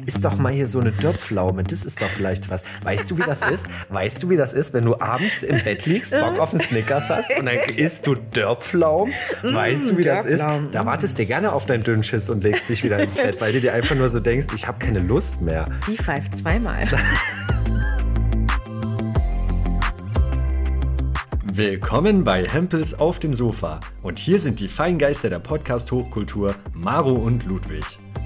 Iss doch mal hier so eine Dörrpflaume, das ist doch vielleicht was. Weißt du, wie das ist? Weißt du, wie das ist, wenn du abends im Bett liegst, Bock auf einen Snickers hast und dann isst du Dörrpflaumen? Weißt du, wie das ist? Da wartest du gerne auf deinen Dünnschiss und legst dich wieder ins Bett, weil du dir einfach nur so denkst, ich habe keine Lust mehr. Die pfeift zweimal. Willkommen bei Hempels auf dem Sofa. Und hier sind die Feingeister der Podcast-Hochkultur, Maro und Ludwig.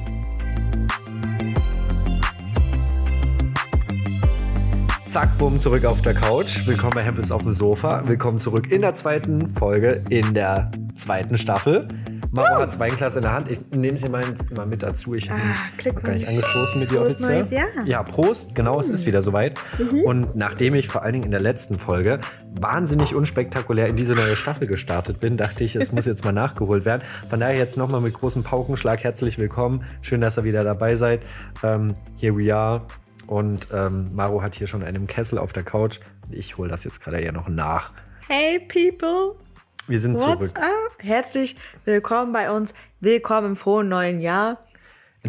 Zack, bumm, zurück auf der Couch. Willkommen bei Hempels auf dem Sofa. Willkommen zurück in der zweiten Folge, in der zweiten Staffel. Maro hat 2 Glas in der Hand. Ich nehme sie mal mit dazu. Ich habe gar nicht angestoßen mit dir offiziell. Neues Jahr. Ja, Prost. Genau, es ist wieder soweit. Und nachdem ich vor allen Dingen in der letzten Folge wahnsinnig unspektakulär in diese neue Staffel gestartet bin, dachte ich, es muss jetzt mal nachgeholt werden. Von daher jetzt nochmal mit großem Paukenschlag herzlich willkommen. Schön, dass ihr wieder dabei seid. Here we are. Und Maro hat hier schon einen Kessel auf der Couch. Ich hole das jetzt gerade ja noch nach. Hey people! Wir sind zurück. Herzlich willkommen bei uns. Willkommen im frohen neuen Jahr. In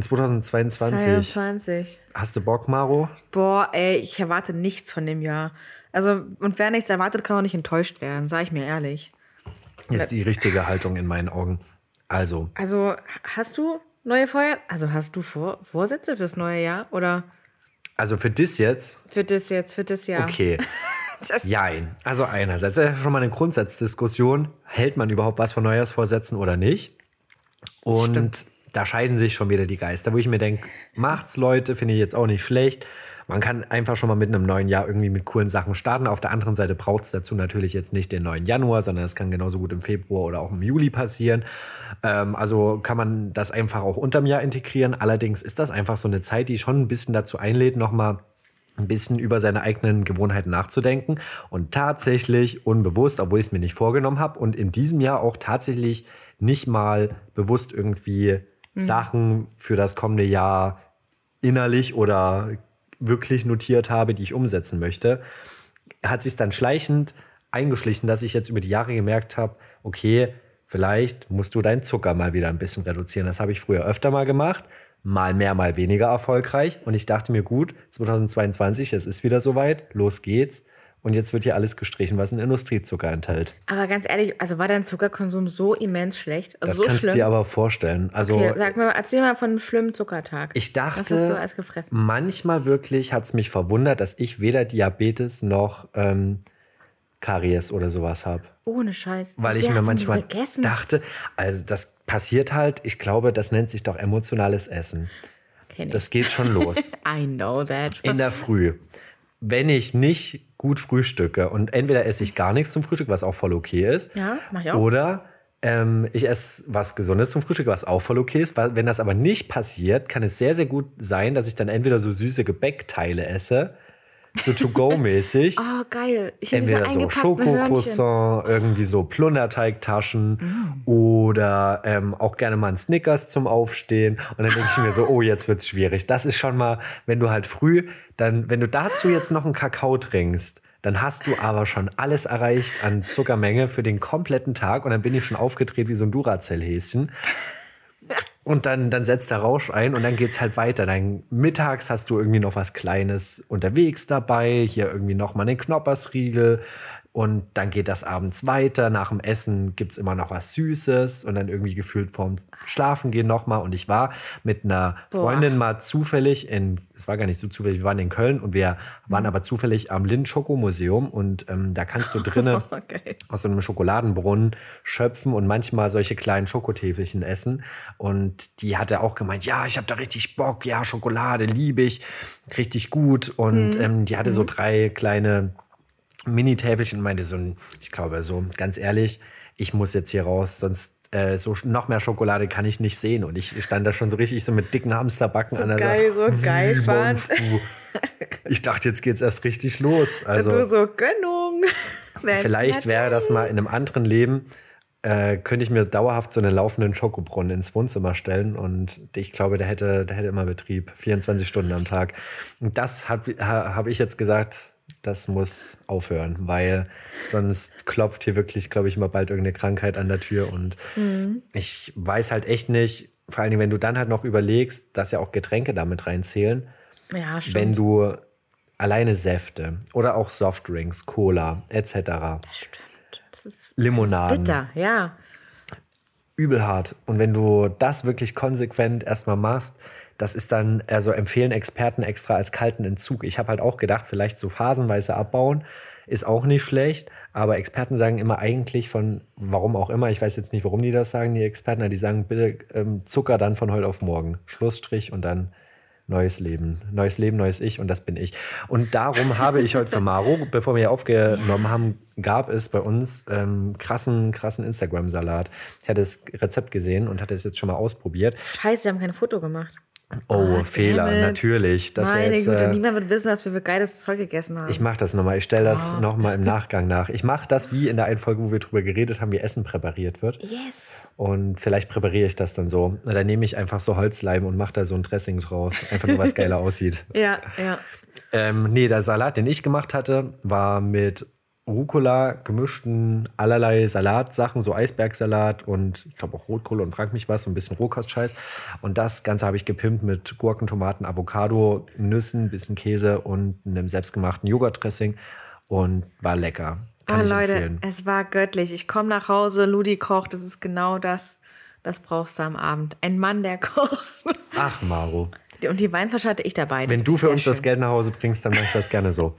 2022. Hast du Bock, Maro? Boah, ey, ich erwarte nichts von dem Jahr. Also, und wer nichts erwartet, kann auch nicht enttäuscht werden, sag ich mir ehrlich. Ist die richtige Haltung in meinen Augen. Also, hast du neue Vorsätze? Also, hast du Vorsätze fürs neue Jahr? Oder? Also für das jetzt? Für das Jahr. Okay. Jein. Also einerseits ist ja schon mal eine Grundsatzdiskussion, hält man überhaupt was von Neujahrsvorsätzen oder nicht? Und da scheiden sich schon wieder die Geister, wo ich mir denke, macht's Leute, finde ich jetzt auch nicht schlecht. Man kann einfach schon mal mit einem neuen Jahr irgendwie mit coolen Sachen starten. Auf der anderen Seite braucht es dazu natürlich jetzt nicht den 9. Januar, sondern es kann genauso gut im Februar oder auch im Juli passieren. Also kann man das einfach auch unterm Jahr integrieren. Allerdings ist das einfach so eine Zeit, die schon ein bisschen dazu einlädt, nochmal ein bisschen über seine eigenen Gewohnheiten nachzudenken. Und tatsächlich unbewusst, obwohl ich es mir nicht vorgenommen habe und in diesem Jahr auch tatsächlich nicht mal bewusst irgendwie Sachen für das kommende Jahr innerlich oder wirklich notiert habe, die ich umsetzen möchte, hat sich dann schleichend eingeschlichen, dass ich jetzt über die Jahre gemerkt habe, okay, vielleicht musst du deinen Zucker mal wieder ein bisschen reduzieren. Das habe ich früher öfter mal gemacht, mal mehr, mal weniger erfolgreich. Und ich dachte mir, gut, 2022, es ist wieder soweit, los geht's. Und jetzt wird hier alles gestrichen, was einen Industriezucker enthält. Aber ganz ehrlich, also war dein Zuckerkonsum so immens schlecht? Also das so kannst du dir aber vorstellen. Also, okay, erzähl mal von einem schlimmen Zuckertag. Ich dachte, was hast du alles gefressen? Manchmal wirklich hat es mich verwundert, dass ich weder Diabetes noch Karies oder sowas habe. Ohne Scheiß. Weil ich mir manchmal dachte, also das passiert halt, ich glaube, das nennt sich doch emotionales Essen. Das geht schon los. I know that. In der Früh. Wenn ich nicht gut frühstücke und entweder esse ich gar nichts zum Frühstück, was auch voll okay ist. Ja, mach ich auch. Oder ich esse was Gesundes zum Frühstück, was auch voll okay ist. Wenn das aber nicht passiert, kann es sehr, sehr gut sein, dass ich dann entweder so süße Gebäckteile esse, so To-Go-mäßig. Oh, geil. Entweder so Schokocroissant, irgendwie so Plunderteigtaschen oder auch gerne mal ein Snickers zum Aufstehen. Und dann denke ich mir so, oh, jetzt wird's schwierig. Das ist schon mal, wenn du halt früh, wenn du dazu jetzt noch einen Kakao trinkst, dann hast du aber schon alles erreicht an Zuckermenge für den kompletten Tag. Und dann bin ich schon aufgedreht wie so ein Duracell-Häschen. Und dann setzt der Rausch ein und dann geht's halt weiter. Dann mittags hast du irgendwie noch was Kleines unterwegs dabei. Hier irgendwie noch mal einen Knoppersriegel. Und dann geht das abends weiter. Nach dem Essen gibt's immer noch was Süßes. Und dann irgendwie gefühlt vorm Schlafengehen noch mal. Und ich war mit einer Freundin mal zufällig es war gar nicht so zufällig, wir waren in Köln und wir waren aber zufällig am Lind-Schoko-Museum. Und da kannst du drinnen aus so einem Schokoladenbrunnen schöpfen und manchmal solche kleinen Schokotäfelchen essen. Und die hat auch gemeint, ja, ich habe da richtig Bock. Ja, Schokolade liebe ich. Richtig gut. Und die hatte so 3 kleine Mini-Täfelchen und meinte so, ich glaube so, ganz ehrlich, ich muss jetzt hier raus, sonst so noch mehr Schokolade kann ich nicht sehen. Und ich stand da schon so richtig so mit dicken Hamsterbacken an der Seite. So geil fand. Ich dachte, jetzt geht's erst richtig los. Also, du so, Gönnung. Vielleicht wäre das mal in einem anderen Leben, könnte ich mir dauerhaft so einen laufenden Schokobrunnen ins Wohnzimmer stellen. Und ich glaube, der hätte immer Betrieb, 24 Stunden am Tag. Und das hab ich jetzt gesagt, das muss aufhören, weil sonst klopft hier wirklich, glaube ich, mal bald irgendeine Krankheit an der Tür. Und ich weiß halt echt nicht, vor allem, wenn du dann halt noch überlegst, dass ja auch Getränke damit reinzählen. Ja, stimmt. Wenn du alleine Säfte oder auch Softdrinks, Cola etc. Das stimmt. Limonaden. Das ist bitter, ja. Übel hart. Und wenn du das wirklich konsequent erstmal machst, das ist dann, also empfehlen Experten extra als kalten Entzug. Ich habe halt auch gedacht, vielleicht so phasenweise abbauen ist auch nicht schlecht, aber Experten sagen immer eigentlich von, warum auch immer, ich weiß jetzt nicht, warum die das sagen, die Experten, die sagen, bitte Zucker dann von heute auf morgen. Schlussstrich und dann neues Leben, neues Ich und das bin ich. Und darum habe ich heute für Maro, bevor wir hier aufgenommen haben, gab es bei uns krassen Instagram-Salat. Ich hatte das Rezept gesehen und hatte es jetzt schon mal ausprobiert. Scheiße, wir haben kein Foto gemacht. Oh, Fehler, natürlich. Das Meine jetzt, Güte, niemand wird wissen, was wir für geiles Zeug gegessen haben. Ich mache das nochmal. Ich stelle das nochmal im Nachgang nach. Ich mache das wie in der einen Folge, wo wir drüber geredet haben, wie Essen präpariert wird. Yes. Und vielleicht präpariere ich das dann so. Und dann nehme ich einfach so Holzleim und mache da so ein Dressing draus. Einfach nur, was geiler aussieht. Ja. Nee, der Salat, den ich gemacht hatte, war mit Rucola, gemischten allerlei Salatsachen, so Eisbergsalat und ich glaube auch Rotkohl und frag mich was, so ein bisschen Rohkostscheiß. Und das Ganze habe ich gepimpt mit Gurken, Tomaten, Avocado, Nüssen, bisschen Käse und einem selbstgemachten Joghurtdressing und war lecker. Kann ich Leute, empfehlen. es war göttlich. Ich komme nach Hause, Ludi kocht, das ist genau das. Das brauchst du am Abend. Ein Mann, der kocht. Ach, Maro. Und die Weinflasche hatte ich dabei. Wenn du für uns das Geld nach Hause bringst, dann mache ich das gerne so.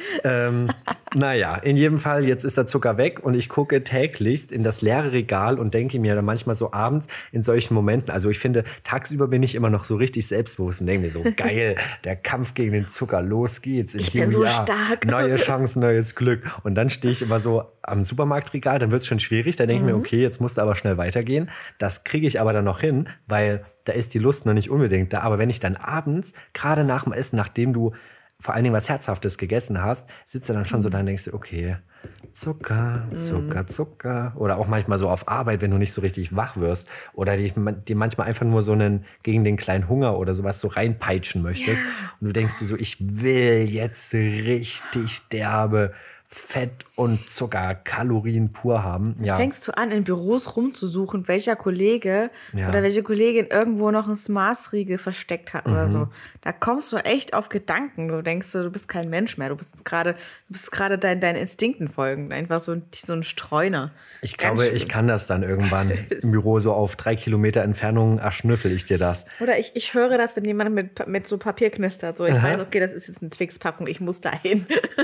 Naja, in jedem Fall, jetzt ist der Zucker weg und ich gucke täglichst in das leere Regal und denke mir dann manchmal so abends in solchen Momenten, also ich finde, tagsüber bin ich immer noch so richtig selbstbewusst und denke mir so, geil, der Kampf gegen den Zucker, los geht's. Ich bin so stark. Neue Chancen, neues Glück. Und dann stehe ich immer so am Supermarktregal, dann wird es schon schwierig, dann denke ich mir, okay, jetzt musst du aber schnell weitergehen. Das kriege ich aber dann noch hin, weil da ist die Lust noch nicht unbedingt da. Aber wenn ich dann abends, gerade nach dem Essen, nachdem du vor allen Dingen was Herzhaftes gegessen hast, sitzt du dann schon so da und denkst du, okay, Zucker. Oder auch manchmal so auf Arbeit, wenn du nicht so richtig wach wirst. Oder die manchmal einfach nur so einen gegen den kleinen Hunger oder sowas so reinpeitschen möchtest. Ja. Und du denkst dir so, ich will jetzt richtig derbe Fett und Zucker, Kalorien pur haben. Ja. Fängst du an, in Büros rumzusuchen, welcher Kollege oder welche Kollegin irgendwo noch einen Smaß-Riegel versteckt hat oder so. Da kommst du echt auf Gedanken. Du denkst, du bist kein Mensch mehr. Du bist gerade deinen Instinkten folgend. Einfach so ein Streuner. Ich glaube, ich kann das dann irgendwann im Büro so auf 3 Kilometer Entfernung erschnüffel ich dir das. Oder ich höre das, wenn jemand mit so Papier knistert. So, ich weiß, okay, das ist jetzt eine Twix-Packung, ich muss da hin.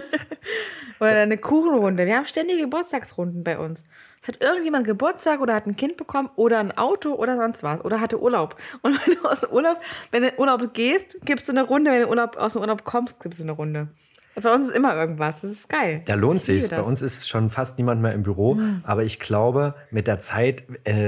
Oder eine Kuchenrunde. Wir haben ständige Geburtstagsrunden bei uns. Es hat irgendjemand Geburtstag oder hat ein Kind bekommen oder ein Auto oder sonst was. Oder hatte Urlaub. Und wenn du in Urlaub gehst, gibst du eine Runde. Wenn du aus dem Urlaub kommst, gibst du eine Runde. Bei uns ist immer irgendwas. Das ist geil. Da lohnt sich's. Bei uns ist schon fast niemand mehr im Büro. Aber ich glaube, mit der Zeit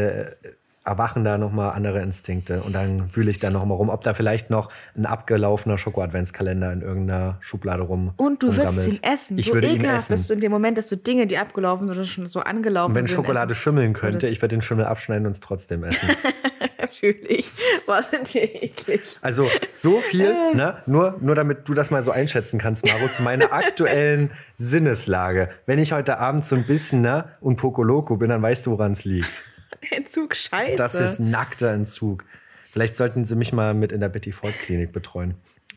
erwachen da nochmal andere Instinkte. Und dann fühle ich da nochmal rum, ob da vielleicht noch ein abgelaufener Schoko-Adventskalender in irgendeiner Schublade Und du würdest ihn essen. Ich würde ihn essen. Bist du in dem Moment, dass du Dinge, die abgelaufen oder schon so angelaufen sind. Und wenn sind, Schokolade schimmeln könnte, ich würde den Schimmel abschneiden und es trotzdem essen. Natürlich. Boah, sind die eklig. Also so viel, ne? Nur damit du das mal so einschätzen kannst, Maro, zu meiner aktuellen Sinneslage. Wenn ich heute Abend so ein bisschen und Pokoloko bin, dann weißt du, woran es liegt. Entzug, scheiße. Das ist nackter Entzug. Vielleicht sollten sie mich mal mit in der Betty-Ford-Klinik betreuen.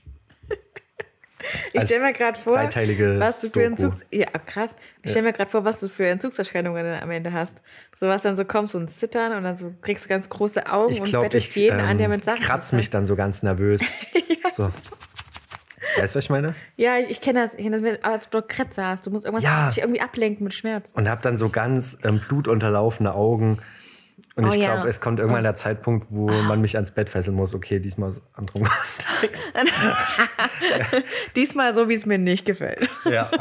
Ich stelle mir gerade vor, was du für krass. Ich stelle mir gerade vor, was du für Entzugserscheinungen am Ende hast. So was dann so kommst, so ein Zittern und dann so kriegst du ganz große Augen und bettelst jeden an, der mit Sachen kratzt mich dann so ganz nervös. Ja. So. Weißt du, was ich meine? Ja, ich kenne das. Als du Krätze hast. Du musst dich irgendwie ablenken mit Schmerz. Und hab dann so ganz blutunterlaufene Augen. Und ich glaube, es kommt irgendwann der Zeitpunkt, wo man mich ans Bett fesseln muss. Okay, diesmal aus anderem Kontext. Diesmal so, wie es mir nicht gefällt. Ja.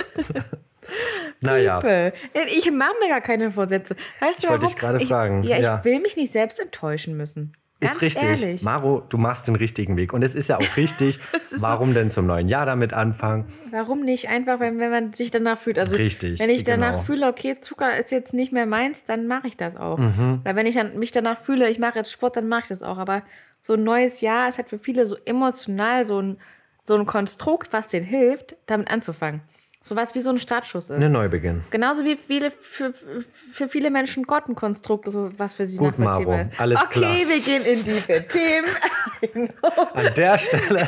Naja. Ich mache mir gar keine Vorsätze. Weißt du, wollte dich gerade fragen. Ja, ich will mich nicht selbst enttäuschen müssen. Ganz ist richtig. Ehrlich. Maro, du machst den richtigen Weg. Und es ist ja auch richtig. Warum denn zum neuen Jahr damit anfangen? Warum nicht? Einfach, wenn man sich danach fühlt. Also, richtig, wenn ich danach fühle, okay, Zucker ist jetzt nicht mehr meins, dann mache ich das auch. Oder wenn ich mich danach fühle, ich mache jetzt Sport, dann mache ich das auch. Aber so ein neues Jahr ist halt für viele so emotional so ein Konstrukt, was denen hilft, damit anzufangen. Sowas wie so ein Startschuss ist. Ein Neubeginn. Genauso wie für viele Menschen Gott ein Konstrukt, so was für sie Gut, nachvollziehbar Maro, ist. alles klar. Okay, wir gehen in tiefe Themen. An der Stelle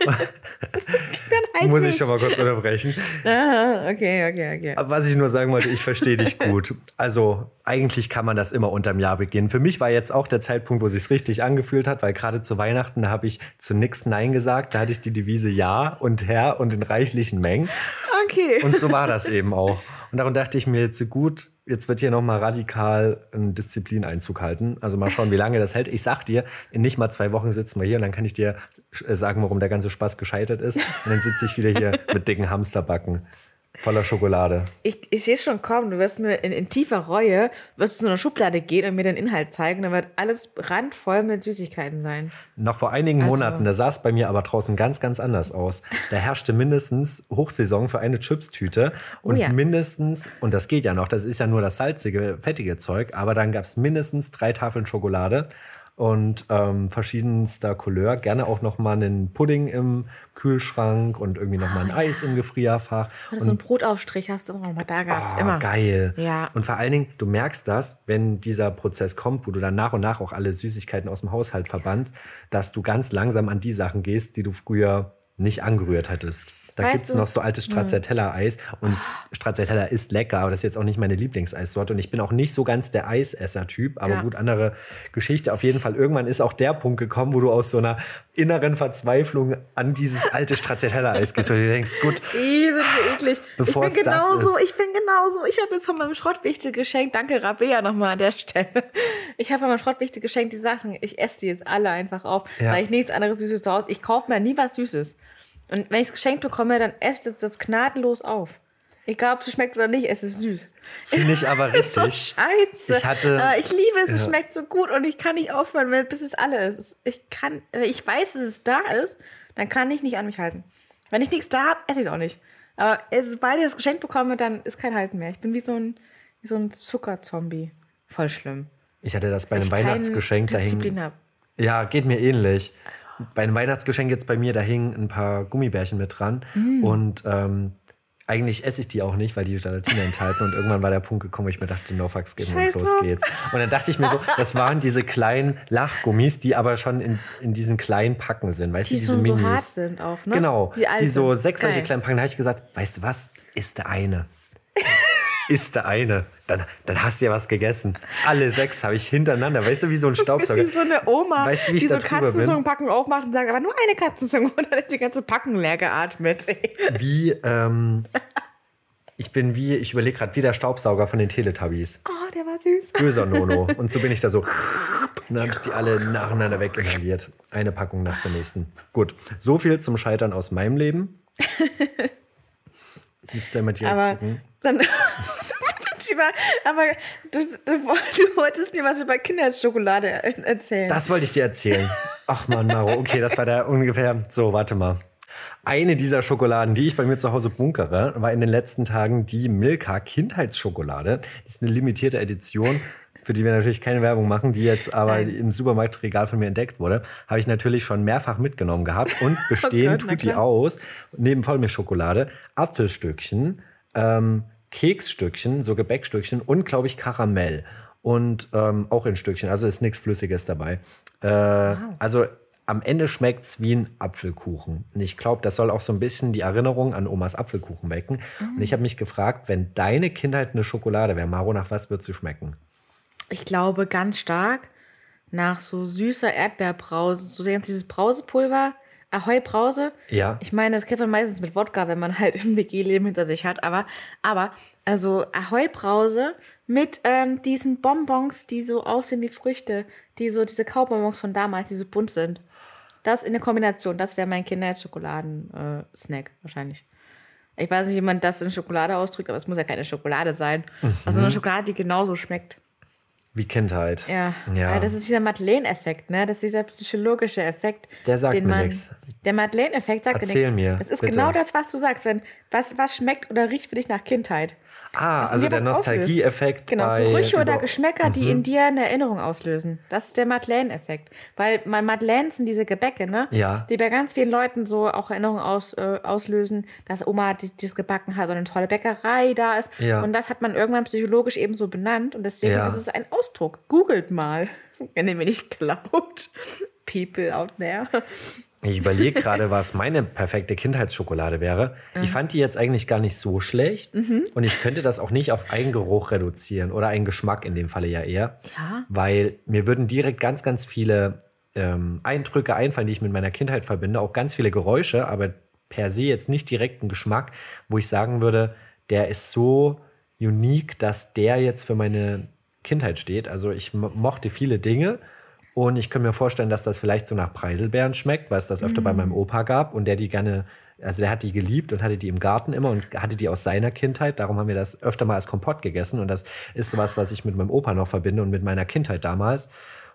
Halt muss ich nicht. schon mal kurz unterbrechen. Aha, okay. Was ich nur sagen wollte, ich verstehe dich gut. Also eigentlich kann man das immer unterm Jahr beginnen. Für mich war jetzt auch der Zeitpunkt, wo es sich richtig angefühlt hat, weil gerade zu Weihnachten, da habe ich zu nichts Nein gesagt. Da hatte ich die Devise Ja und Herr und in reichlichen Mengen. Okay. Und so war das eben auch. Und darum dachte ich mir jetzt gut, jetzt wird hier nochmal radikal ein Disziplineinzug halten. Also mal schauen, wie lange das hält. Ich sag dir, in nicht mal 2 Wochen sitzen wir hier und dann kann ich dir sagen, warum der ganze Spaß gescheitert ist. Und dann sitze ich wieder hier mit dicken Hamsterbacken voller Schokolade. Ich sehe es schon kommen. Du wirst mir in tiefer Reue, wirst du zu einer Schublade gehen und mir den Inhalt zeigen. Dann wird alles randvoll mit Süßigkeiten sein. Noch vor einigen Monaten, da sah es bei mir aber draußen ganz, ganz anders aus. Da herrschte mindestens Hochsaison für eine Chipstüte und mindestens, und das geht ja noch, das ist ja nur das salzige, fettige Zeug, aber dann gab es mindestens 3 Tafeln Schokolade und verschiedenster Couleur. Gerne auch noch mal einen Pudding im Kühlschrank und irgendwie noch mal ein Eis im Gefrierfach. Oder so einen Brotaufstrich hast du immer noch mal da gehabt. Immer. Geil. Ja. Und vor allen Dingen, du merkst das, wenn dieser Prozess kommt, wo du dann nach und nach auch alle Süßigkeiten aus dem Haushalt verbannst, dass du ganz langsam an die Sachen gehst, die du früher nicht angerührt hättest. Da gibt es noch so altes Stracciatella-Eis und Stracciatella ist lecker, aber das ist jetzt auch nicht meine Lieblingseissorte und ich bin auch nicht so ganz der Eisesser-Typ, aber gut, andere Geschichte. Auf jeden Fall, irgendwann ist auch der Punkt gekommen, wo du aus so einer inneren Verzweiflung an dieses alte Stracciatella-Eis gehst, weil du denkst, gut, sind wir eklig. Ich bin genauso. Ich habe jetzt von meinem Schrottwichtel geschenkt, danke Rabea nochmal an der Stelle. Ich habe von meinem Schrottwichtel geschenkt, die Sachen, ich esse die jetzt alle einfach auf, weil ich nichts anderes Süßes zu Hause. Ich kaufe mir nie was Süßes. Und wenn ich es geschenkt bekomme, dann esst das gnadenlos auf. Egal, ob es schmeckt oder nicht, es ist süß. Finde ich aber richtig. Ist so scheiße. Ich liebe es, es schmeckt so gut und ich kann nicht aufhören, bis es alle ist. Ich weiß, dass es da ist, dann kann ich nicht an mich halten. Wenn ich nichts da habe, esse ich es auch nicht. Aber sobald ich das geschenkt bekomme, dann ist kein Halten mehr. Ich bin wie so ein Zuckerzombie. Voll schlimm. Ich hatte das bei einem Weihnachtsgeschenk dahin. Ja, geht mir ähnlich. Bei einem Weihnachtsgeschenk jetzt bei mir, da hingen ein paar Gummibärchen mit dran. Und eigentlich esse ich die auch nicht, weil die Gelatine enthalten. Und irgendwann war der Punkt gekommen, wo ich mir dachte, no fucks given und los geht's. Und dann dachte ich mir so, das waren diese kleinen Lachgummis, die aber schon in diesen kleinen Packen sind. Weißt du, diese Minis. Die so hart sind auch, ne? Genau, die so 6 solche kleinen Packen. Da habe ich gesagt, weißt du was, isst der eine. Isst der eine. Dann hast du ja was gegessen. Alle 6 habe ich hintereinander. Weißt du, wie so ein Staubsauger. Wie so eine Oma, weißt du, wie ich die so da drüber bin? Katzenzungenpackung aufmacht und sagt, aber nur eine Katzenzunge. Und dann ist die ganze Packung leer geatmet. Ich überlege gerade, wie der Staubsauger von den Teletubbies. Oh, der war süß. Böser Nono. Und so bin ich da so. Und dann habe ich die alle nacheinander weginhaliert. Eine Packung nach der nächsten. Gut, so viel zum Scheitern aus meinem Leben. Ich stelle mal direkt gucken. Dann... Aber du wolltest mir was über Kinderschokolade erzählen. Das wollte ich dir erzählen. Ach Mann, Maro, okay, das war da ungefähr... So, warte mal. Eine dieser Schokoladen, die ich bei mir zu Hause bunkere, war in den letzten Tagen die Milka Kindheitsschokolade. Das ist eine limitierte Edition, für die wir natürlich keine Werbung machen, die jetzt aber im Supermarktregal von mir entdeckt wurde. Habe ich natürlich schon mehrfach mitgenommen gehabt und bestehen tut die aus, neben Vollmilchschokolade, Apfelstückchen, Keksstückchen, so Gebäckstückchen und, glaube ich, Karamell. Und auch in Stückchen, also ist nichts Flüssiges dabei. Also am Ende schmeckt es wie ein Apfelkuchen. Und ich glaube, das soll auch so ein bisschen die Erinnerung an Omas Apfelkuchen wecken. Und ich habe mich gefragt, wenn deine Kindheit eine Schokolade wäre, Maro, nach was wird sie schmecken? Ich glaube ganz stark nach so süßer Erdbeerbrause, so ganz dieses Brausepulver. Ahoi Brause. Ja. Ich meine, das kennt man meistens mit Wodka, wenn man halt ein WG-Leben hinter sich hat. Aber also Ahoi Brause mit diesen Bonbons, die so aussehen wie Früchte, die so diese Kaubonbons von damals, die so bunt sind. Das in der Kombination, das wäre mein Kindheitsschokoladen-Snack wahrscheinlich. Ich weiß nicht, wie man das in Schokolade ausdrückt, aber es muss ja keine Schokolade sein. Also eine Schokolade, die genauso schmeckt. Wie Kindheit. Ja. Das ist dieser Madeleine-Effekt, ne? Das ist dieser psychologische Effekt. Der sagt mir nichts. Der Madeleine-Effekt sagt dir nichts. Erzähl mir, Das ist bitte. genau das, was du sagst. Was schmeckt oder riecht für dich nach Kindheit? Also der Nostalgie-Effekt. Genau, Gerüche oder Geschmäcker, die in dir eine Erinnerung auslösen. Das ist der Madeleine-Effekt. Weil Madeleines sind diese Gebäcke, ne? Ja. Die bei ganz vielen Leuten so auch Erinnerungen auslösen, dass Oma das gebacken hat und eine tolle Bäckerei da ist. Ja. Und das hat man irgendwann psychologisch eben so benannt. Und deswegen ist es ein Ausdruck. Googelt mal. Wenn ihr mir nicht glaubt. People out there. Ich überlege gerade, was meine perfekte Kindheitsschokolade wäre. Ich fand die jetzt eigentlich gar nicht so schlecht. Und ich könnte das auch nicht auf einen Geruch reduzieren oder einen Geschmack in dem Falle ja eher. Ja. Weil mir würden direkt ganz, ganz viele Eindrücke einfallen, die ich mit meiner Kindheit verbinde. Auch ganz viele Geräusche, aber per se jetzt nicht direkt einen Geschmack, wo ich sagen würde, der ist so unique, dass der jetzt für meine Kindheit steht. Also ich mochte viele Dinge. Und ich könnte mir vorstellen, dass das vielleicht so nach Preiselbeeren schmeckt, weil es das öfter bei meinem Opa gab und der die gerne, also der hat die geliebt und hatte die im Garten immer und hatte die aus seiner Kindheit. Darum haben wir das öfter mal als Kompott gegessen und das ist sowas, was ich mit meinem Opa noch verbinde und mit meiner Kindheit damals.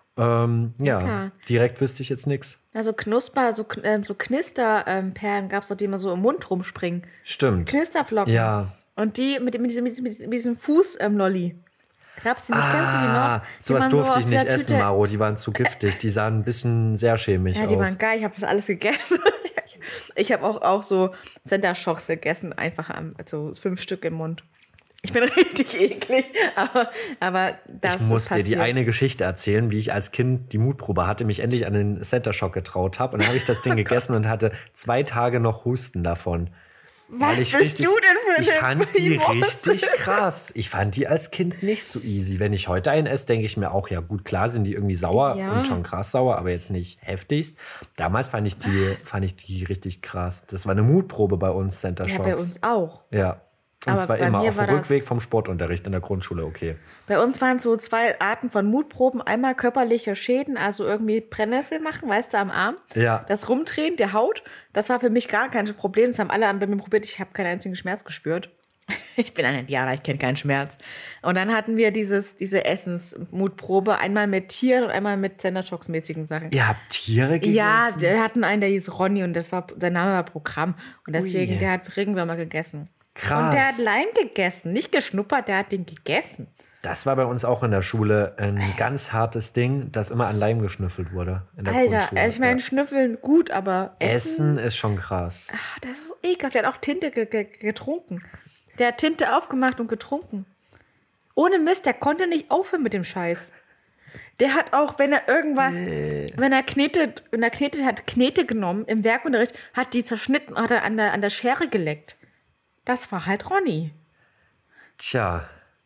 Direkt wüsste ich jetzt nichts. Also Knusper, so Knisterperlen gab es doch, die immer so im Mund rumspringen. Stimmt. Knisterflocken. Ja. Und die mit diesem Fuß-Lolli. Gab's die nicht? Kennst du die noch? Sowas durfte ich nicht essen, Maro. Die waren zu giftig. Die sahen ein bisschen sehr chemisch aus. Ja, die waren geil. Ich habe das alles gegessen. Ich habe auch so Center Shocks gegessen. Einfach so 5 Stück im Mund. Ich bin richtig eklig. Aber das Ich muss dir die eine Geschichte erzählen, wie ich als Kind die Mutprobe hatte, mich endlich an den Center Shock getraut habe. Und dann habe ich das Ding gegessen und hatte 2 Tage noch Husten davon. Was bist du denn für eine Ich fand die richtig krass. Ich fand die als Kind nicht so easy. Wenn ich heute einen esse, denke ich mir auch, ja gut, klar sind die irgendwie sauer und schon krass sauer, aber jetzt nicht heftigst. Damals fand ich die richtig krass. Das war eine Mutprobe bei uns, Center Shocks. Ja, bei uns auch. Ja. Und Aber zwar bei immer mir auf dem war Rückweg vom Sportunterricht in der Grundschule, okay. Bei uns waren es so 2 Arten von Mutproben. Einmal körperliche Schäden, also irgendwie Brennnessel machen, weißt du, am Arm. Ja. Das Rumdrehen der Haut, das war für mich gar kein Problem. Das haben alle bei mir probiert. Ich habe keinen einzigen Schmerz gespürt. Ich bin ein Indianer, ich kenne keinen Schmerz. Und dann hatten wir diese Essensmutprobe, einmal mit Tieren und einmal mit Center Shocks-mäßigen Sachen. Ihr habt Tiere gegessen? Ja, wir hatten einen, der hieß Ronny und sein Name war Programm. Und deswegen, der hat Regenwürmer gegessen. Krass. Und der hat Leim gegessen, nicht geschnuppert, der hat den gegessen. Das war bei uns auch in der Schule ein ganz hartes Ding, dass immer an Leim geschnüffelt wurde in der Alter, Grundschule. ich meine, schnüffeln gut, aber Essen ist schon krass. Ach, das ist so ekelhaft. Der hat auch Tinte getrunken. Der hat Tinte aufgemacht und getrunken. Ohne Mist, der konnte nicht aufhören mit dem Scheiß. Der hat auch, wenn er irgendwas, wenn er knetet hat Knete genommen im Werkunterricht, hat die zerschnitten und hat er an der Schere geleckt. Das war halt Ronny. Tja,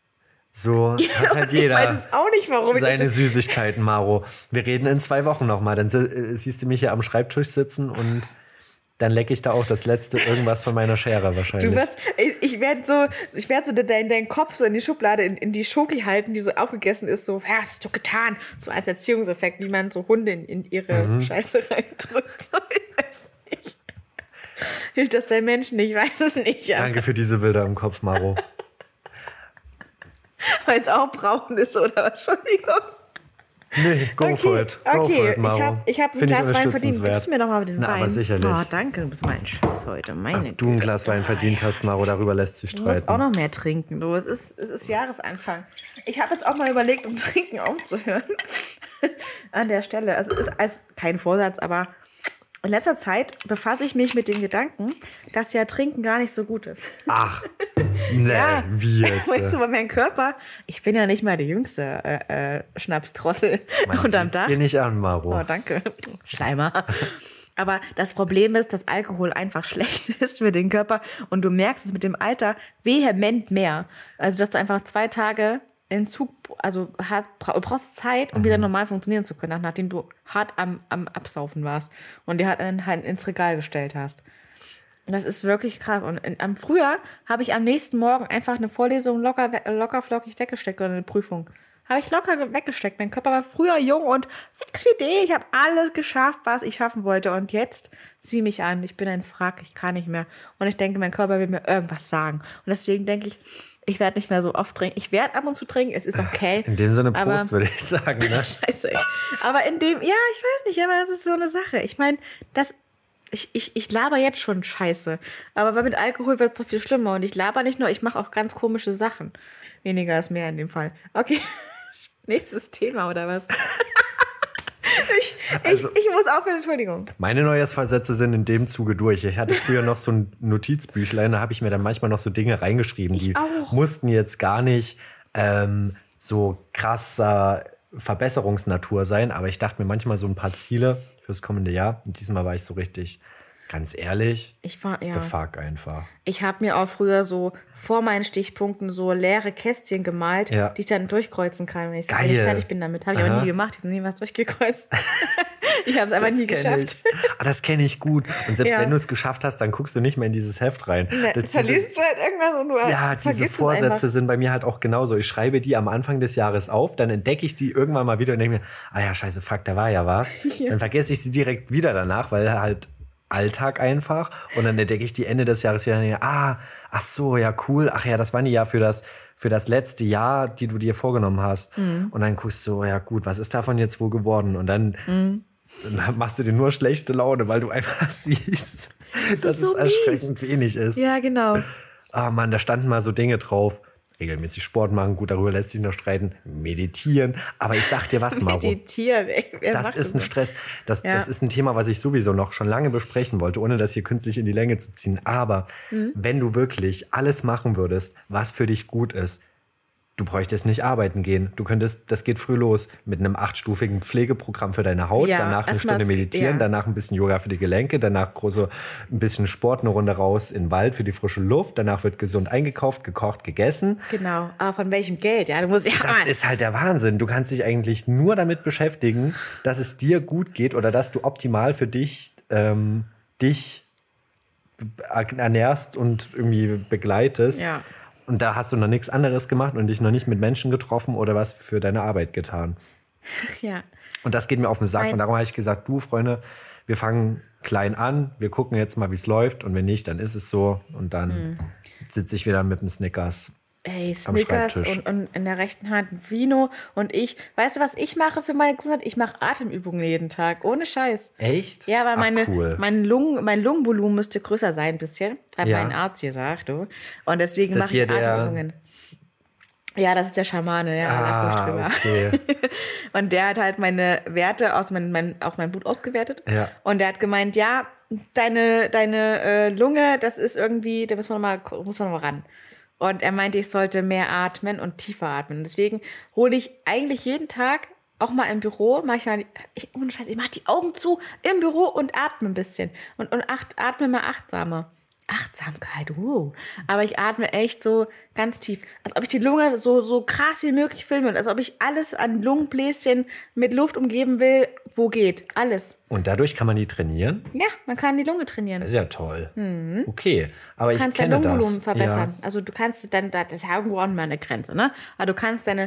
so hat halt jeder ich weiß es auch nicht, warum seine Süßigkeiten, Maro. Wir reden in 2 Wochen nochmal. Dann siehst du mich hier am Schreibtisch sitzen und dann lecke ich da auch das letzte irgendwas von meiner Schere wahrscheinlich. Ich werde so deinen Kopf so in die Schublade, in die Schoki halten, die so aufgegessen ist, so, ja, was hast du getan? So als Erziehungseffekt, wie man so Hunde in ihre Scheiße reindrückt. Ich weiß nicht. Hilft das bei Menschen? Ich weiß es nicht. Ja. Danke für diese Bilder im Kopf, Maro. Weil es auch braun ist, oder was? Entschuldigung. Nee, go for it. Go for it, Maro. Ich hab ein Find Glas Wein verdient. Gibst du mir doch mal den Wein? Aber sicherlich. Oh, danke, du bist mein Schatz heute. Meine du ein Glas Wein verdient hast, Maro, darüber lässt sich streiten. Du musst auch noch mehr trinken, du. Es ist Jahresanfang. Ich habe jetzt auch mal überlegt, um Trinken aufzuhören. An der Stelle. Also ist als kein Vorsatz, aber in letzter Zeit befasse ich mich mit dem Gedanken, dass ja Trinken gar nicht so gut ist. Ach, nee, ja. Wie jetzt? Weißt du, bei meinem Körper, ich bin ja nicht mal die jüngste Schnapsdrossel unterm Dach. Dir nicht an, Maro. Oh, danke. Schleimer. Aber das Problem ist, dass Alkohol einfach schlecht ist für den Körper und du merkst es mit dem Alter vehement mehr. Also, dass du einfach 2 Tage Entzug, also brauchst Zeit, um wieder normal funktionieren zu können, nachdem du hart am Absaufen warst und dir halt ins Regal gestellt hast. Und das ist wirklich krass. Und am Frühjahr habe ich am nächsten Morgen einfach eine Vorlesung locker flockig weggesteckt oder eine Prüfung. Habe ich locker weggesteckt. Mein Körper war früher jung und fix wie die. Ich habe alles geschafft, was ich schaffen wollte. Und jetzt sieh mich an. Ich bin ein Frack. Ich kann nicht mehr. Und ich denke, mein Körper will mir irgendwas sagen. Und deswegen denke ich werde nicht mehr so oft trinken. Ich werde ab und zu trinken, es ist okay. In dem Sinne Prost, würde ich sagen. Ne? Scheiße, ey. Aber ich weiß nicht, aber das ist so eine Sache. Ich meine, Ich laber jetzt schon Scheiße. Aber mit Alkohol wird es doch viel schlimmer. Und ich laber nicht nur, ich mache auch ganz komische Sachen. Weniger ist mehr in dem Fall. Okay, nächstes Thema oder was? Ich muss aufhören, Entschuldigung. Meine Neujahrsvorsätze sind in dem Zuge durch. Ich hatte früher noch so ein Notizbüchlein, da habe ich mir dann manchmal noch so Dinge reingeschrieben, die mussten jetzt gar nicht so krasser Verbesserungsnatur sein, aber ich dachte mir manchmal so ein paar Ziele fürs kommende Jahr. Und diesmal war ich so richtig, ganz ehrlich, the fuck einfach. Ich habe mir auch früher so vor meinen Stichpunkten so leere Kästchen gemalt, die ich dann durchkreuzen kann, wenn ich fertig bin damit. Habe ich aber nie gemacht, ich habe nie was durchgekreuzt. Ich habe es einfach nie geschafft. Das kenne ich gut. Und selbst wenn du es geschafft hast, dann guckst du nicht mehr in dieses Heft rein. Das verlierst du halt irgendwas und du diese Vorsätze sind bei mir halt auch genauso. Ich schreibe die am Anfang des Jahres auf, dann entdecke ich die irgendwann mal wieder und denke mir, scheiße, fuck, da war ja was. Dann vergesse ich sie direkt wieder danach, weil halt Alltag einfach. Und dann entdecke ich die Ende des Jahres wieder und denke, ach so, ja cool. Ach ja, das waren die ja für das letzte Jahr, die du dir vorgenommen hast. Und dann guckst du, ja gut, was ist davon jetzt wohl geworden? Und dann machst du dir nur schlechte Laune, weil du einfach siehst, dass es erschreckend wenig ist. Ja, genau. Ah Mann, da standen mal so Dinge drauf. Regelmäßig Sport machen, gut, darüber lässt sich noch streiten. Meditieren. Aber ich sag dir was, Maro. Meditieren, das ist ein Stress. Das ist ein Thema, was ich sowieso noch schon lange besprechen wollte, ohne das hier künstlich in die Länge zu ziehen. Aber wenn du wirklich alles machen würdest, was für dich gut ist, du bräuchtest nicht arbeiten gehen. Das geht früh los mit einem 8-stufigen Pflegeprogramm für deine Haut, danach eine Stunde meditieren, danach ein bisschen Yoga für die Gelenke, danach ein bisschen Sport, eine Runde raus in den Wald für die frische Luft, danach wird gesund eingekauft, gekocht, gegessen. Genau, aber von welchem Geld? Ja, das ist halt der Wahnsinn. Du kannst dich eigentlich nur damit beschäftigen, dass es dir gut geht oder dass du optimal für dich ernährst und irgendwie begleitest. Ja. Und da hast du noch nichts anderes gemacht und dich noch nicht mit Menschen getroffen oder was für deine Arbeit getan. Ja. Und das geht mir auf den Sack. Und darum habe ich gesagt, du Freunde, wir fangen klein an, wir gucken jetzt mal, wie es läuft. Und wenn nicht, dann ist es so. Und dann sitze ich wieder mit dem Snickers am Schreibtisch. Und in der rechten Hand ein Vino. Und weißt du, was ich mache für meine Gesundheit? Ich mache Atemübungen jeden Tag, ohne Scheiß. Echt? Ja, weil cool. mein Lungenvolumen müsste größer sein ein bisschen. Hat mein Arzt gesagt, du. Und deswegen mache ich Atemübungen. Ja, das ist der Schamane, okay. Und der hat halt meine Werte auf mein Blut ausgewertet. Ja. Und der hat gemeint, ja, deine Lunge, das ist irgendwie, da muss man noch mal ran. Und er meinte, ich sollte mehr atmen und tiefer atmen. Und deswegen hole ich eigentlich jeden Tag, auch mal im Büro, ohne Scheiß, ich mache die Augen zu im Büro und atme ein bisschen. Und atme mal achtsamer. Achtsamkeit, aber ich atme echt so ganz tief. Als ob ich die Lunge so krass wie möglich filme. Als ob ich alles an Lungenbläschen mit Luft umgeben will, wo geht. Alles. Und dadurch kann man die trainieren? Ja, man kann die Lunge trainieren. Das ist ja toll. Okay, aber ich kenne das. Du kannst dein Lungenvolumen verbessern. Ja. Also du kannst das ist ja irgendwo auch mal eine Grenze, ne? Aber du kannst deine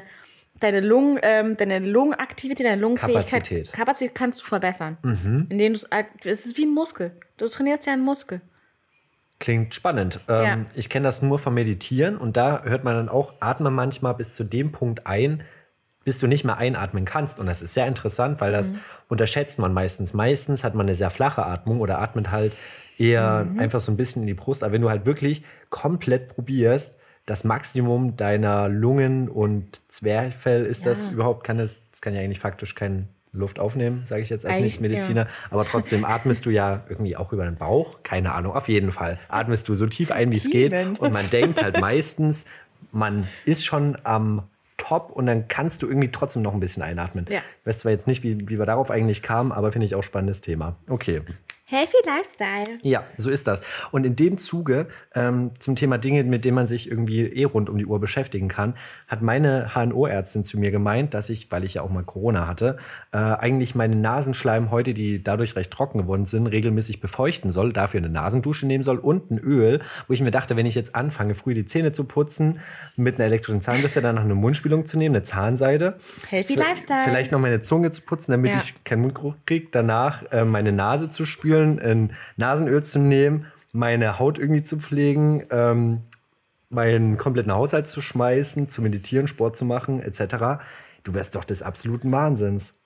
Lungenaktivität, deine Lungenfähigkeit, Kapazität kannst du verbessern. Indem es ist wie ein Muskel. Du trainierst ja einen Muskel. Klingt spannend. Ich kenne das nur vom Meditieren und da hört man dann auch, atme manchmal bis zu dem Punkt ein, bis du nicht mehr einatmen kannst. Und das ist sehr interessant, weil das unterschätzt man meistens. Meistens hat man eine sehr flache Atmung oder atmet halt eher einfach so ein bisschen in die Brust. Aber wenn du halt wirklich komplett probierst, das Maximum deiner Lungen und Zwerchfell ist das überhaupt, das kann ja eigentlich faktisch keine Luft aufnehmen, sage ich jetzt als Nicht-Mediziner. Aber trotzdem atmest du ja irgendwie auch über den Bauch. Keine Ahnung, auf jeden Fall. Atmest du so tief ein, wie es geht. Und man denkt halt meistens, man ist schon am Top und dann kannst du irgendwie trotzdem noch ein bisschen einatmen. Ja. Ich weiß zwar jetzt nicht, wie wir darauf eigentlich kamen, aber finde ich auch spannendes Thema. Okay. Healthy Lifestyle. Ja, so ist das. Und in dem Zuge zum Thema Dinge, mit denen man sich irgendwie rund um die Uhr beschäftigen kann, hat meine HNO-Ärztin zu mir gemeint, dass ich, weil ich ja auch mal Corona hatte, eigentlich meine Nasenschleimhäute, die dadurch recht trocken geworden sind, regelmäßig befeuchten soll, dafür eine Nasendusche nehmen soll und ein Öl, wo ich mir dachte, wenn ich jetzt anfange, früh die Zähne zu putzen, mit einer elektrischen Zahnbürste danach eine Mundspülung zu nehmen, eine Zahnseide. Healthy Lifestyle. Vielleicht noch meine Zunge zu putzen, damit ich keinen Mundgeruch kriege, danach meine Nase zu spülen, ein Nasenöl zu nehmen, meine Haut irgendwie zu pflegen, meinen kompletten Haushalt zu schmeißen, zu meditieren, Sport zu machen, etc. Du wärst doch des absoluten Wahnsinns.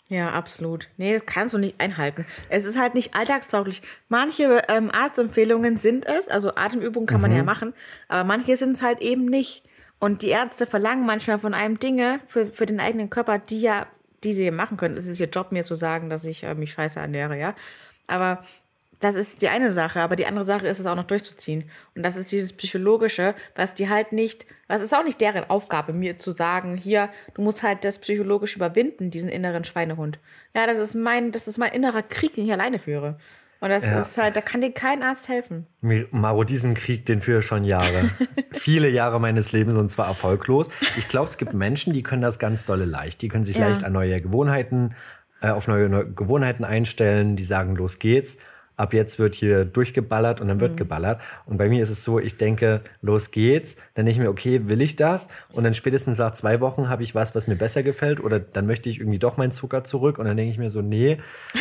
Ja, absolut. Nee, das kannst du nicht einhalten. Es ist halt nicht alltagstauglich. Manche Arztempfehlungen sind es, also Atemübungen kann man ja machen, aber manche sind es halt eben nicht. Und die Ärzte verlangen manchmal von einem Dinge für den eigenen Körper, die sie machen können. Es ist ihr Job, mir zu sagen, dass ich mich scheiße ernähre, ja. Aber das ist die eine Sache, aber die andere Sache ist es auch noch durchzuziehen. Und das ist dieses Psychologische, was ist auch nicht deren Aufgabe, mir zu sagen, hier, du musst halt das psychologisch überwinden, diesen inneren Schweinehund. Ja, das ist mein innerer Krieg, den ich alleine führe. Und das ist halt, da kann dir kein Arzt helfen. Maro, diesen Krieg, den führe ich schon Jahre. Viele Jahre meines Lebens und zwar erfolglos. Ich glaube, es gibt Menschen, die können das ganz dolle leicht. Die können sich leicht an neue Gewohnheiten, auf neue Gewohnheiten einstellen. Die sagen, los geht's. Ab jetzt wird hier durchgeballert und dann wird geballert. Und bei mir ist es so, ich denke, los geht's. Dann denke ich mir, okay, will ich das? Und dann spätestens nach 2 Wochen habe ich was mir besser gefällt. Oder dann möchte ich irgendwie doch meinen Zucker zurück. Und dann denke ich mir so, nee,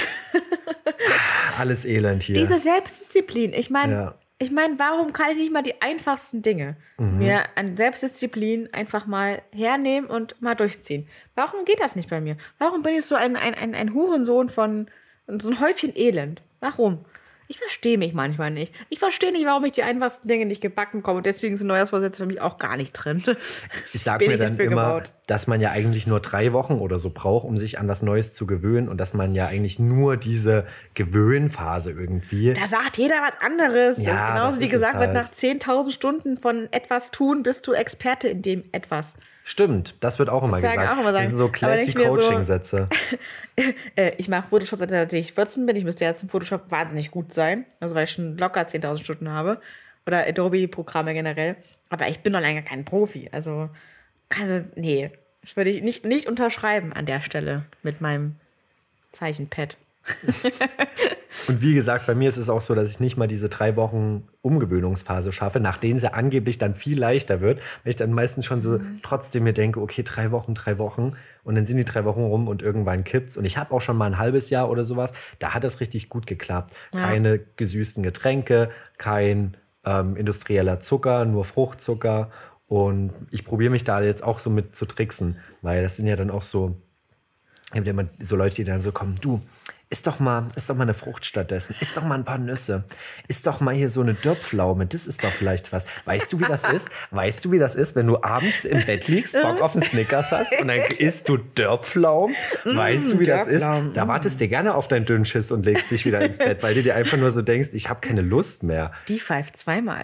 alles Elend hier. Diese Selbstdisziplin. Ich meine, warum kann ich nicht mal die einfachsten Dinge mir an Selbstdisziplin einfach mal hernehmen und mal durchziehen? Warum geht das nicht bei mir? Warum bin ich so ein Hurensohn von so ein Häufchen Elend? Warum? Ich verstehe mich manchmal nicht. Ich verstehe nicht, warum ich die einfachsten Dinge nicht gebacken komme. Und deswegen sind Neujahrsvorsätze für mich auch gar nicht drin. Ich sage mir dann immer, dass man ja eigentlich nur 3 Wochen oder so braucht, um sich an was Neues zu gewöhnen. Und dass man ja eigentlich nur diese Gewöhnphase irgendwie... Da sagt jeder was anderes. Ja, genauso wie gesagt wird, nach 10.000 Stunden von etwas tun, bist du Experte in dem etwas. Stimmt, das wird auch immer gesagt. Das sind so Classic-Coaching-Sätze. Ich mache Photoshop, seit ich 14 bin. Ich müsste jetzt im Photoshop wahnsinnig gut sein. Also weil ich schon locker 10.000 Stunden habe. Oder Adobe-Programme generell. Aber ich bin noch länger kein Profi. Also nee. Das würde ich nicht unterschreiben an der Stelle mit meinem Zeichenpad. Und wie gesagt, bei mir ist es auch so, dass ich nicht mal diese 3 Wochen Umgewöhnungsphase schaffe, nach denen sie angeblich dann viel leichter wird, weil ich dann meistens schon so trotzdem mir denke, okay, 3 Wochen und dann sind die 3 Wochen rum und irgendwann kippt's. Und ich habe auch schon mal ein halbes Jahr oder sowas, da hat das richtig gut geklappt. Ja. Keine gesüßten Getränke, kein industrieller Zucker, nur Fruchtzucker. Und ich probiere mich da jetzt auch so mit zu tricksen, weil das sind ja dann auch so, ich habe ja immer so Leute, die dann so kommen, du, Iss doch mal eine Frucht stattdessen. Iss doch mal ein paar Nüsse. Iss doch mal hier so eine Dörrpflaume. Das ist doch vielleicht was. Weißt du, wie das ist? Weißt du, wie das ist, wenn du abends im Bett liegst, Bock auf einen Snickers hast und dann isst du Dörrpflaumen? Weißt du, wie das ist? Da wartest du gerne auf deinen Dünnschiss und legst dich wieder ins Bett, weil du dir einfach nur so denkst, ich habe keine Lust mehr. Die pfeift zweimal.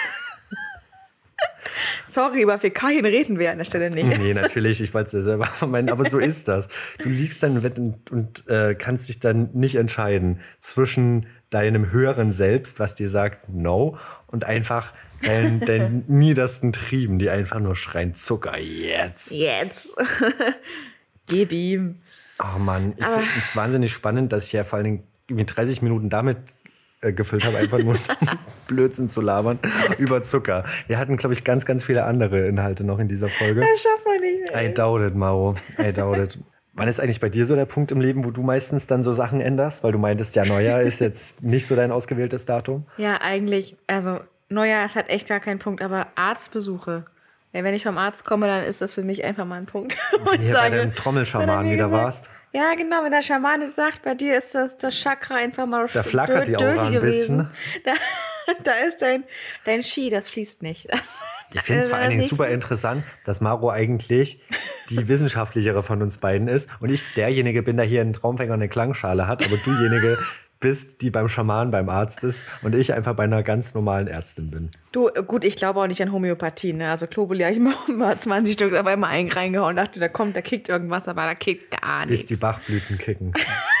Sorry, aber für Karin reden wir an der Stelle nicht. Nee, natürlich, ich wollte es ja selber meinen, aber so ist das. Du liegst dann im Bett und kannst dich dann nicht entscheiden zwischen deinem höheren Selbst, was dir sagt No, und einfach deinen niedersten Trieben, die einfach nur schreien, Zucker, jetzt. Jetzt. Gib ihm. Oh Mann, ich finde es wahnsinnig spannend, dass ich ja vor allen Dingen 30 Minuten damit gefüllt habe, einfach nur Blödsinn zu labern über Zucker. Wir hatten, glaube ich, ganz, ganz viele andere Inhalte noch in dieser Folge. Das schaffen wir nicht mehr. I doubt it, Maro. I doubt it. Wann ist eigentlich bei dir so der Punkt im Leben, wo du meistens dann so Sachen änderst? Weil du meintest, ja, Neujahr ist jetzt nicht so dein ausgewähltes Datum. Ja, eigentlich, also Neujahr ist halt echt gar kein Punkt, aber Arztbesuche. Ja, wenn ich vom Arzt komme, dann ist das für mich einfach mal ein Punkt. Wenn du bei deinem Trommelschamanen wieder warst. Ja, genau, wenn der Schamane sagt, bei dir ist das Chakra einfach mal da flackert die Aura ein bisschen. Da ist dein Ski, das fließt nicht. Ich finde es vor allen Dingen super interessant, dass Maro eigentlich die wissenschaftlichere von uns beiden ist und ich derjenige bin, der hier einen Traumfänger und eine Klangschale hat, aber dujenige bist, die beim Schamanen beim Arzt ist und ich einfach bei einer ganz normalen Ärztin bin. Du, gut, ich glaube auch nicht an Homöopathie, ne? Also Globuli habe ich mal 20 Stück auf einmal reingehauen und dachte, da kickt irgendwas, aber da kickt gar nichts. Bis die Bachblüten kicken.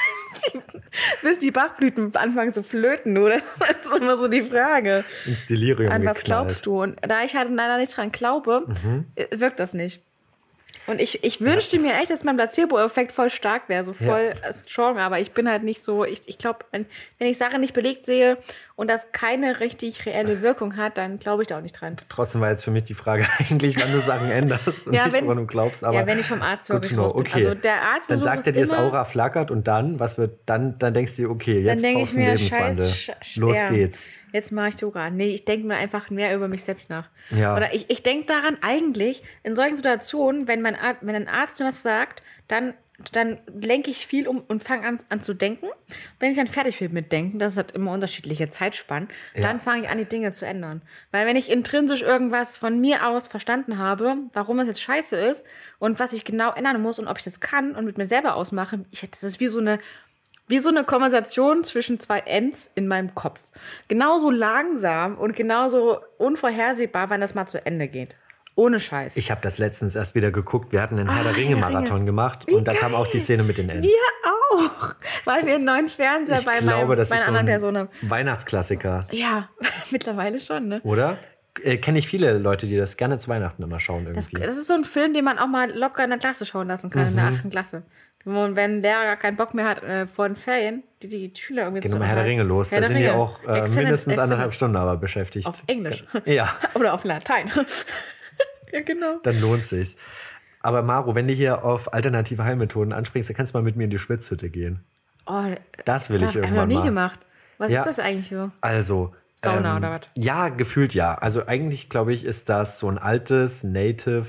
Bis die Bachblüten anfangen zu flöten, oder? Das ist immer so die Frage. Ins Delirium an was glaubst du? Und da ich halt leider nicht dran glaube, wirkt das nicht. Und ich wünschte mir echt, dass mein Placebo-Effekt voll stark wäre, so voll strong, aber ich bin halt nicht so, ich glaube, wenn ich Sachen nicht belegt sehe und das keine richtig reelle Wirkung hat, dann glaube ich da auch nicht dran. Trotzdem war jetzt für mich die Frage eigentlich, wann du Sachen änderst und nicht, woran du glaubst. Aber ja, wenn ich vom Arzt wirklich raus bin. Okay. Also der Arzt dann sagt er dir, das Aura flackert und dann, was wird, dann denkst du dir, okay, jetzt brauchst du einen Lebenswandel. Los geht's. Jetzt mache ich Yoga. Nee, ich denke mir einfach mehr über mich selbst nach. Ja. Oder ich denke daran eigentlich, in solchen Situationen, wenn ein Arzt mir was sagt, dann dann lenke ich viel um und fange an zu denken. Wenn ich dann fertig bin mit Denken, das hat immer unterschiedliche Zeitspannen, dann fange ich an, die Dinge zu ändern. Weil wenn ich intrinsisch irgendwas von mir aus verstanden habe, warum es jetzt scheiße ist und was ich genau ändern muss und ob ich das kann und mit mir selber ausmache, das ist wie so eine Konversation zwischen zwei Ends in meinem Kopf. Genauso langsam und genauso unvorhersehbar, wann das mal zu Ende geht. Ohne Scheiß. Ich habe das letztens erst wieder geguckt. Wir hatten einen Herr der Ringe-Marathon gemacht und da kam auch die Szene mit den Ents. Wir auch. Weil wir einen neuen Fernseher bei meiner anderen Person haben. Weihnachtsklassiker. Ja, mittlerweile schon, ne? Oder? Kenne ich viele Leute, die das gerne zu Weihnachten immer schauen. Irgendwie. Das ist so ein Film, den man auch mal locker in der Klasse schauen lassen kann, in der 8. Klasse. Und wenn der gar keinen Bock mehr hat vor den Ferien, die Schüler irgendwie Geht nochmal Herr der Ringe los. Da sind die auch mindestens 1,5 Stunden aber beschäftigt. Auf Englisch. Ja. Oder auf Latein. Ja, genau. Dann lohnt sich's. Aber Maro, wenn du hier auf alternative Heilmethoden anspringst, dann kannst du mal mit mir in die Schwitzhütte gehen. Oh, das will ich irgendwann mal. Hab ich noch nie gemacht. Was ist das eigentlich so? Also, Sauna oder was? Ja, gefühlt ja. Also eigentlich, glaube ich, ist das so ein altes Native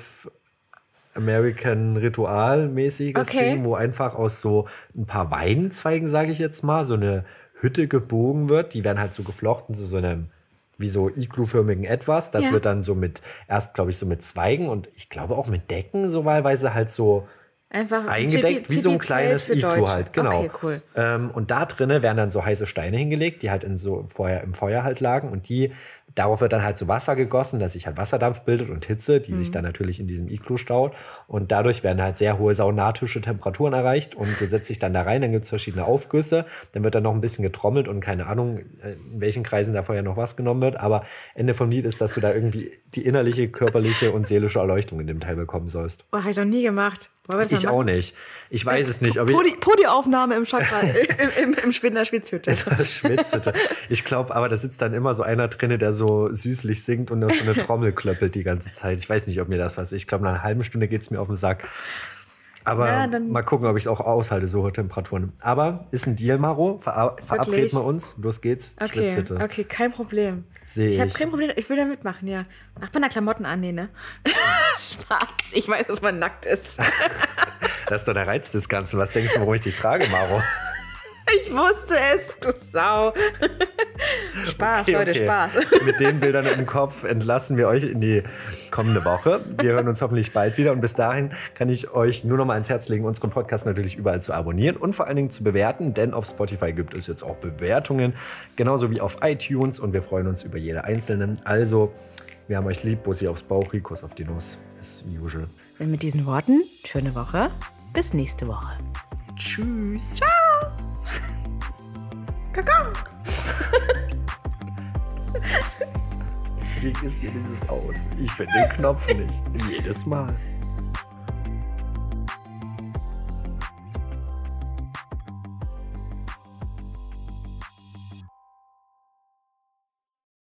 American Ritual-mäßiges Ding, wo einfach aus so ein paar Weinzweigen, sage ich jetzt mal, so eine Hütte gebogen wird. Die werden halt so geflochten zu so einem wie so Iglu-förmigen etwas. Das wird dann so erst glaube ich so mit Zweigen und ich glaube auch mit Decken so wahlweise halt so einfach eingedeckt, wie so ein kleines Iglu halt, genau. Okay, cool. Und da drinnen werden dann so heiße Steine hingelegt, die halt im Feuer halt lagen und darauf wird dann halt so Wasser gegossen, dass sich halt Wasserdampf bildet und Hitze, die sich dann natürlich in diesem Iglu staut. Und dadurch werden halt sehr hohe saunatische Temperaturen erreicht und du setzt dich dann da rein, dann gibt es verschiedene Aufgüsse, dann wird dann noch ein bisschen getrommelt und keine Ahnung, in welchen Kreisen da vorher noch was genommen wird. Aber Ende vom Lied ist, dass du da irgendwie die innerliche, körperliche und seelische Erleuchtung in dem Teil bekommen sollst. Oh, habe ich noch nie gemacht. Ich auch nicht. Ich weiß es nicht. Podi-Aufnahme im Chakra, im Schwitzhütte. Schwitzhütte. Ich glaube, aber da sitzt dann immer so einer drin, der so süßlich singt und auf so eine Trommel klöppelt die ganze Zeit. Ich weiß nicht, ob mir das was ist. Ich glaube, nach einer halben Stunde geht es mir auf den Sack. Aber mal gucken, ob ich es auch aushalte, so hohe Temperaturen. Aber ist ein Deal, Maro. Verabreden wir uns. Los geht's. Schwitzhütte. Okay, kein Problem. Ich habe kein Problem. Ich will da mitmachen, ja. Ach, meiner Klamotten annehmen, ne? Spaß. Ich weiß, dass man nackt ist. Das ist doch der Reiz des Ganzen. Was denkst du, warum ich dich frage, Maro? Ich wusste es, du Sau. Spaß, Leute, Spaß. Mit den Bildern im Kopf entlassen wir euch in die kommende Woche. Wir hören uns hoffentlich bald wieder. Und bis dahin kann ich euch nur noch mal ans Herz legen, unseren Podcast natürlich überall zu abonnieren und vor allen Dingen zu bewerten. Denn auf Spotify gibt es jetzt auch Bewertungen, genauso wie auf iTunes. Und wir freuen uns über jede einzelne. Also, wir haben euch lieb. Bussi aufs Bauch, Kuss auf die Nuss. As usual. Und mit diesen Worten, schöne Woche. Bis nächste Woche. Tschüss. Ciao. Kakao. Wie ist hier dieses aus? Ich finde den Knopf nicht. Jedes Mal.